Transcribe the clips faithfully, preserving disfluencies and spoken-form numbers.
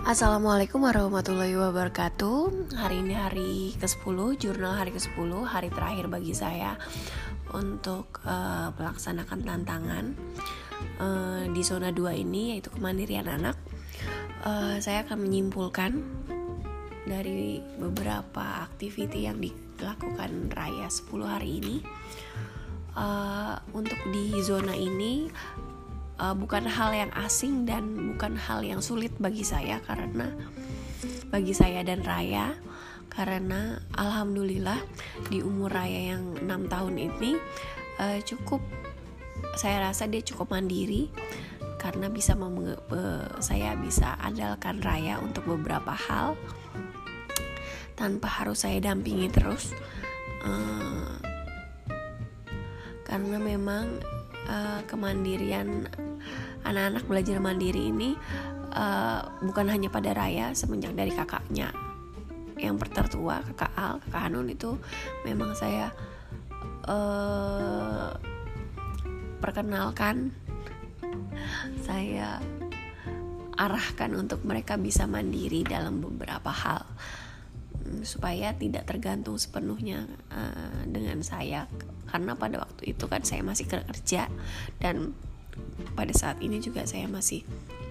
Assalamualaikum warahmatullahi wabarakatuh. Hari ini hari kesepuluh, jurnal hari kesepuluh, hari terakhir bagi saya untuk uh, melaksanakan tantangan uh, di zona dua ini, yaitu kemandirian anak. uh, Saya akan menyimpulkan dari beberapa aktiviti yang dilakukan Raya sepuluh hari ini. uh, Untuk di zona ini Uh, bukan hal yang asing dan bukan hal yang sulit bagi saya karena bagi saya dan Raya, karena alhamdulillah di umur Raya yang enam tahun ini uh, cukup, saya rasa dia cukup mandiri karena bisa mem- uh, saya bisa andalkan Raya untuk beberapa hal tanpa harus saya dampingi terus, uh, karena memang uh, kemandirian anak-anak belajar mandiri ini uh, bukan hanya pada Raya, semenjak dari kakaknya yang tertua, kakak Al, kakak Hanun, itu memang saya uh, perkenalkan, saya arahkan untuk mereka bisa mandiri dalam beberapa hal, supaya tidak tergantung sepenuhnya uh, dengan saya, karena pada waktu itu kan saya masih kerja dan pada saat ini juga saya masih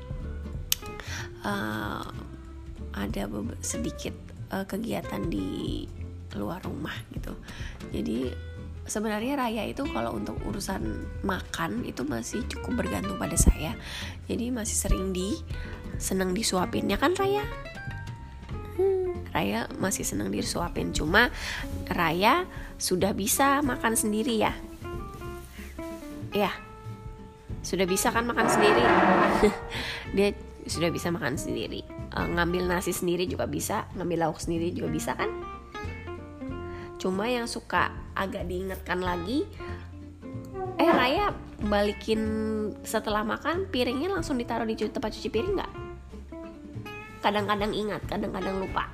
uh, ada be- sedikit uh, kegiatan di luar rumah gitu. Jadi sebenarnya Raya itu kalau untuk urusan makan itu masih cukup bergantung pada saya. Jadi masih sering di senang disuapinnya kan Raya. Hmm, Raya masih senang disuapin. Cuma Raya sudah bisa makan sendiri ya. Ya. Sudah bisa kan makan sendiri. Dia sudah bisa makan sendiri, uh, ngambil nasi sendiri juga bisa, ngambil lauk sendiri juga bisa kan. Cuma yang suka agak diingatkan lagi, Eh Raya balikin setelah makan piringnya langsung ditaruh di tempat cuci piring gak? Kadang-kadang ingat, kadang-kadang lupa.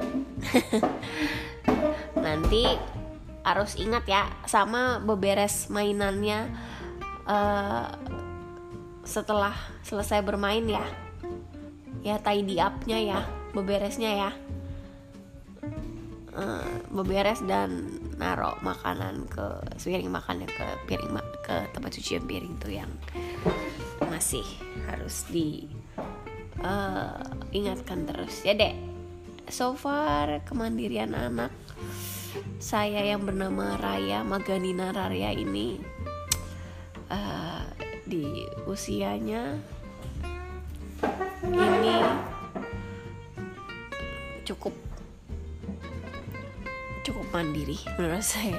Nanti harus ingat ya, sama beberes mainannya uh, setelah selesai bermain ya, ya tidy up-nya ya, beberesnya ya, uh, beberes dan naruh makanan ke piring makannya ke piring ma- ke tempat cucian piring tuh yang masih harus di uh, ingatkan terus ya dek. So far kemandirian anak saya yang bernama Raya Maganina Rarya ini uh, di usianya ini cukup cukup mandiri menurut saya.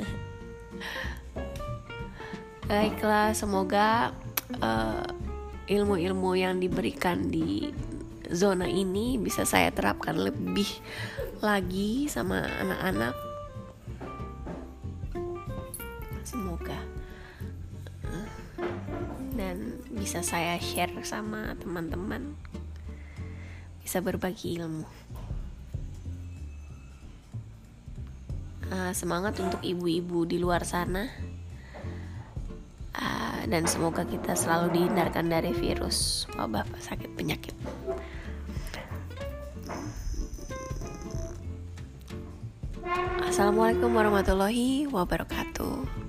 Baiklah, semoga uh, ilmu-ilmu yang diberikan di zona ini bisa saya terapkan lebih lagi sama anak-anak. Semoga dan bisa saya share sama teman-teman, bisa berbagi ilmu. Uh, semangat untuk ibu-ibu di luar sana, uh, dan semoga kita selalu dihindarkan dari virus wabah sakit penyakit. Assalamualaikum warahmatullahi wabarakatuh.